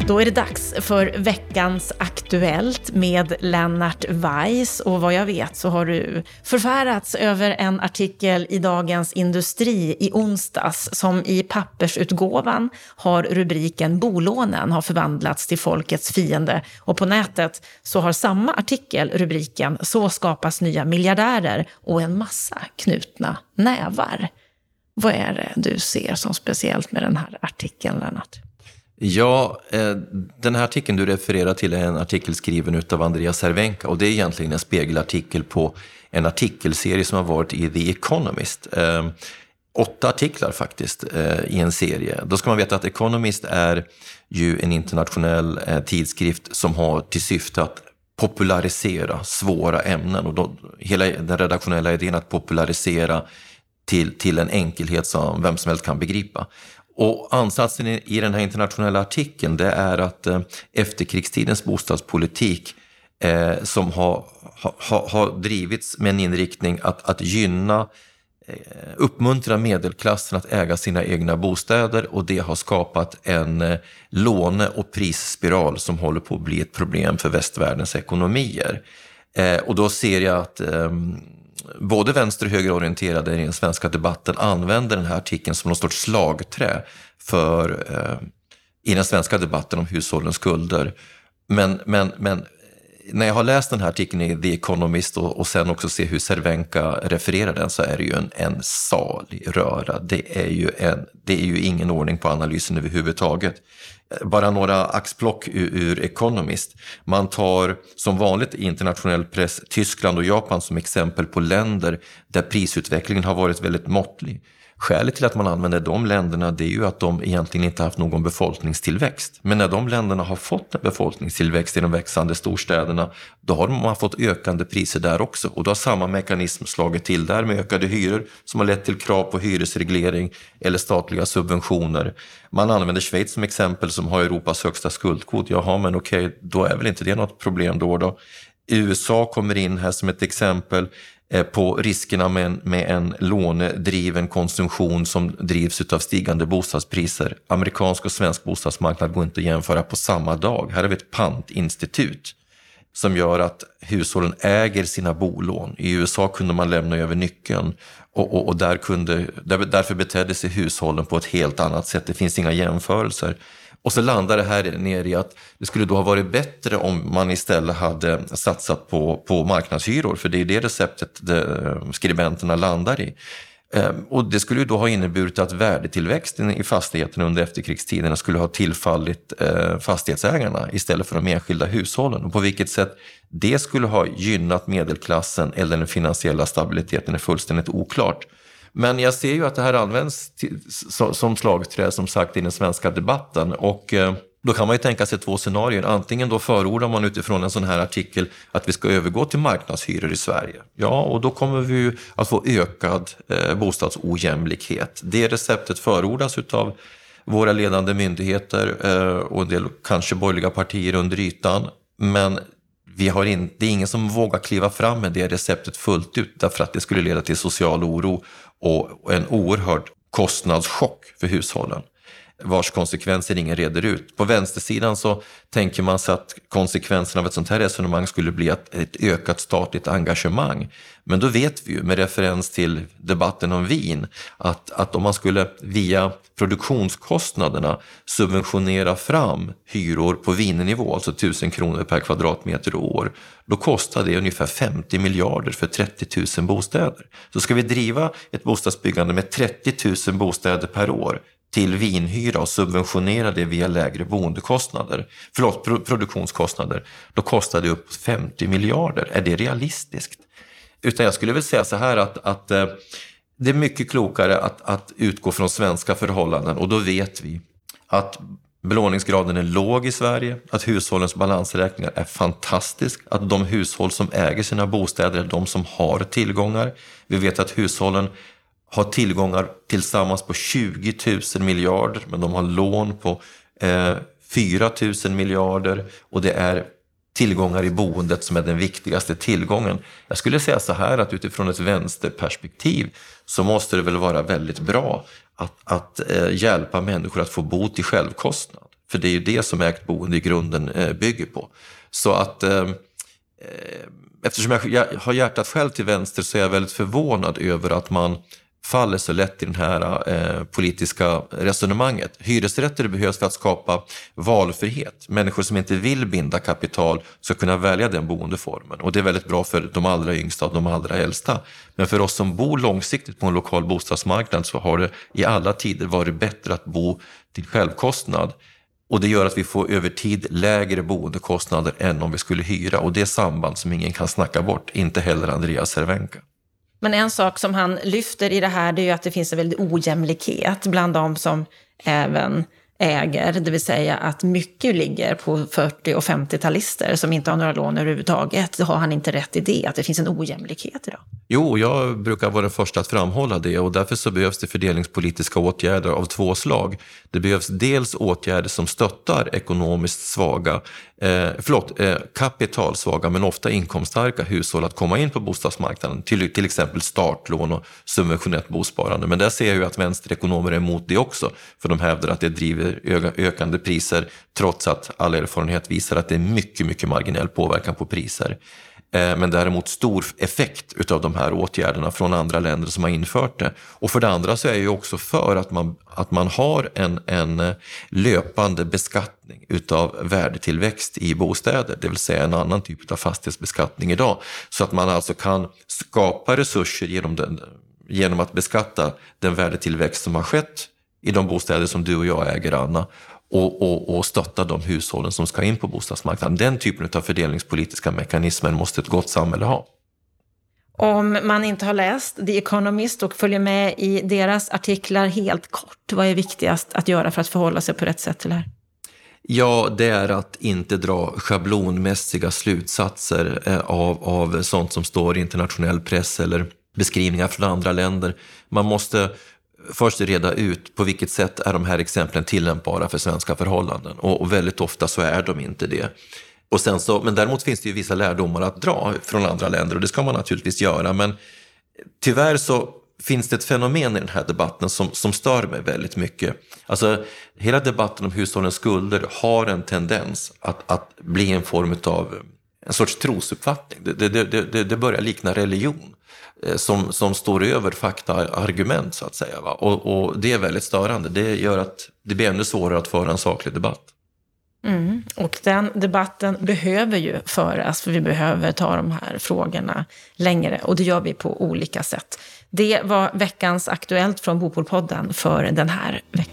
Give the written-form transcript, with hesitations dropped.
Då är det dags för veckans Aktuellt med Lennart Weiss. Och vad jag vet så har du förfärats över en artikel i Dagens Industri i onsdags som i pappersutgåvan har rubriken "Bolånen har förvandlats till folkets fiende". Och på nätet så har samma artikel rubriken "Så skapas nya miljardärer" och en massa knutna nävar. Vad är det du ser som speciellt med den här artikeln, Lennart? Ja, den här artikeln du refererar till är en artikel skriven utav Andreas Cervenka, och det är egentligen en spegelartikel på en artikelserie som har varit i The Economist. 8 artiklar faktiskt i en serie. Då ska man veta att Economist är ju en internationell tidskrift som har till syfte att popularisera svåra ämnen, och då, hela den redaktionella idén att popularisera till en enkelhet som vem som helst kan begripa. Och ansatsen i den här internationella artikeln, det är att efterkrigstidens bostadspolitik som har drivits med en inriktning att gynna, uppmuntra medelklassen att äga sina egna bostäder, och det har skapat en låne- och prisspiral som håller på att bli ett problem för västvärldens ekonomier. Och då ser jag att både vänster- och högerorienterade i den svenska debatten använder den här artikeln som någon sorts slagträ för i den svenska debatten om hushållens skulder. Men när jag har läst den här artikeln i The Economist och sen också se hur Cervenka refererar den, så är det ju en salig röra. Det är ju ingen ordning på analysen överhuvudtaget. Bara några axplock ur Economist. Man tar som vanligt i internationell press Tyskland och Japan som exempel på länder där prisutvecklingen har varit väldigt måttlig. Skälet till att man använder de länderna, det är ju att de egentligen inte haft någon befolkningstillväxt. Men när de länderna har fått en befolkningstillväxt i de växande storstäderna, då har man fått ökande priser där också. Och då har samma mekanism slagit till där med ökade hyror som har lett till krav på hyresreglering eller statliga subventioner. Man använder Schweiz som exempel som har Europas högsta skuldkvot. Jaha, men okej, då är väl inte det något problem då. USA kommer in här som ett exempel på riskerna med en lånedriven konsumtion som drivs av stigande bostadspriser. Amerikansk och svensk bostadsmarknad går inte att jämföra på samma dag. Här har vi ett pantinstitut som gör att hushållen äger sina bolån. I USA kunde man lämna över nyckeln och därför betedde sig hushållen på ett helt annat sätt. Det finns inga jämförelser. Och så landar det här ner i att det skulle då ha varit bättre om man istället hade satsat på marknadshyror. För det är det receptet skribenterna landar i. Och det skulle ju då ha inneburit att värdetillväxten i fastigheterna under efterkrigstiderna skulle ha tillfallit fastighetsägarna istället för de enskilda hushållen. Och på vilket sätt det skulle ha gynnat medelklassen eller den finansiella stabiliteten är fullständigt oklart. Men jag ser ju att det här används som slagträ som sagt i den svenska debatten, och då kan man ju tänka sig 2 scenarier. Antingen då förordar man utifrån en sån här artikel att vi ska övergå till marknadshyror i Sverige. Ja, och då kommer vi ju att få ökad bostadsojämlikhet. Det receptet förordas utav våra ledande myndigheter och en del kanske borgerliga partier under ytan, men det är ingen som vågar kliva fram med det receptet fullt ut, därför att det skulle leda till social oro och en oerhörd kostnadschock för hushållen, vars konsekvenser ingen reder ut. På vänstersidan så tänker man sig att konsekvenserna av ett sånt här resonemang skulle bli ett ökat statligt engagemang. Men då vet vi ju med referens till debatten om vin att om man skulle via produktionskostnaderna subventionera fram hyror på vinnivå, alltså 1000 kronor per kvadratmeter och år, då kostar det ungefär 50 miljarder för 30 000 bostäder. Så ska vi driva ett bostadsbyggande med 30 000 bostäder per år till vinhyra och subventionera det via lägre produktionskostnader, då kostar det upp 50 miljarder. Är det realistiskt? Utan jag skulle väl säga så här att det är mycket klokare att utgå från svenska förhållanden, och då vet vi att belåningsgraden är låg i Sverige, att hushållens balansräkningar är fantastisk, att de hushåll som äger sina bostäder är de som har tillgångar. Vi vet att hushållen har tillgångar tillsammans på 20 000 miljarder, men de har lån på 4 000 miljarder, och det är tillgångar i boendet som är den viktigaste tillgången. Jag skulle säga så här att utifrån ett vänsterperspektiv så måste det väl vara väldigt bra att hjälpa människor att få bo till självkostnad. För det är ju det som ägt boende i grunden bygger på. Så att eftersom jag har hjärtat själv till vänster så är jag väldigt förvånad över att man faller så lätt i det här politiska resonemanget. Hyresrätter behövs för att skapa valfrihet. Människor som inte vill binda kapital ska kunna välja den boendeformen. Och det är väldigt bra för de allra yngsta och de allra äldsta. Men för oss som bor långsiktigt på en lokal bostadsmarknad så har det i alla tider varit bättre att bo till självkostnad. Och det gör att vi får över tid lägre boendekostnader än om vi skulle hyra. Och det är samband som ingen kan snacka bort, inte heller Andreas Cervenka. Men en sak som han lyfter i det här, det är ju att det finns en väldigt ojämlikhet bland de som även äger. Det vill säga att mycket ligger på 40- och 50-talister som inte har några lån överhuvudtaget. Har han inte rätt i det, att det finns en ojämlikhet idag? Jo, jag brukar vara den första att framhålla det och därför så behövs det fördelningspolitiska åtgärder av två slag. Det behövs dels åtgärder som stöttar ekonomiskt svaga, kapitalsvaga men ofta inkomststarka hushåll att komma in på bostadsmarknaden. Till exempel startlån och subventionerat bosparande. Men där ser jag ju att vänsterekonomer är emot det också. För de hävdar att det driver ökande priser trots att all erfarenhet visar att det är mycket, mycket marginell påverkan på priser. Men däremot stor effekt utav de här åtgärderna från andra länder som har infört det. Och för det andra så är jag ju också för att man har en löpande beskattning utav värdetillväxt i bostäder. Det vill säga en annan typ av fastighetsbeskattning idag. Så att man alltså kan skapa resurser genom att beskatta den värdetillväxt som har skett i de bostäder som du och jag äger, Anna. Och stötta de hushållen som ska in på bostadsmarknaden. Den typen av fördelningspolitiska mekanismer måste ett gott samhälle ha. Om man inte har läst The Economist och följer med i deras artiklar helt kort, vad är viktigast att göra för att förhålla sig på rätt sätt till det här? Ja, det är att inte dra schablonmässiga slutsatser av sånt som står i internationell press eller beskrivningar från andra länder. Man måste först reda ut på vilket sätt är de här exemplen tillämpbara för svenska förhållanden. Och väldigt ofta så är de inte det. Och sen så, men däremot finns det ju vissa lärdomar att dra från andra länder och det ska man naturligtvis göra. Men tyvärr så finns det ett fenomen i den här debatten som stör mig väldigt mycket. Alltså hela debatten om hushållens skulder har en tendens att bli en form av en sorts trosuppfattning. Det börjar likna religion. Som står över faktaargument så att säga. Va? Och det är väldigt störande. Det gör att det blir ännu svårare att föra en saklig debatt. Och den debatten behöver ju föras för vi behöver ta de här frågorna längre och det gör vi på olika sätt. Det var veckans Aktuellt från Bopolpodden för den här veckan.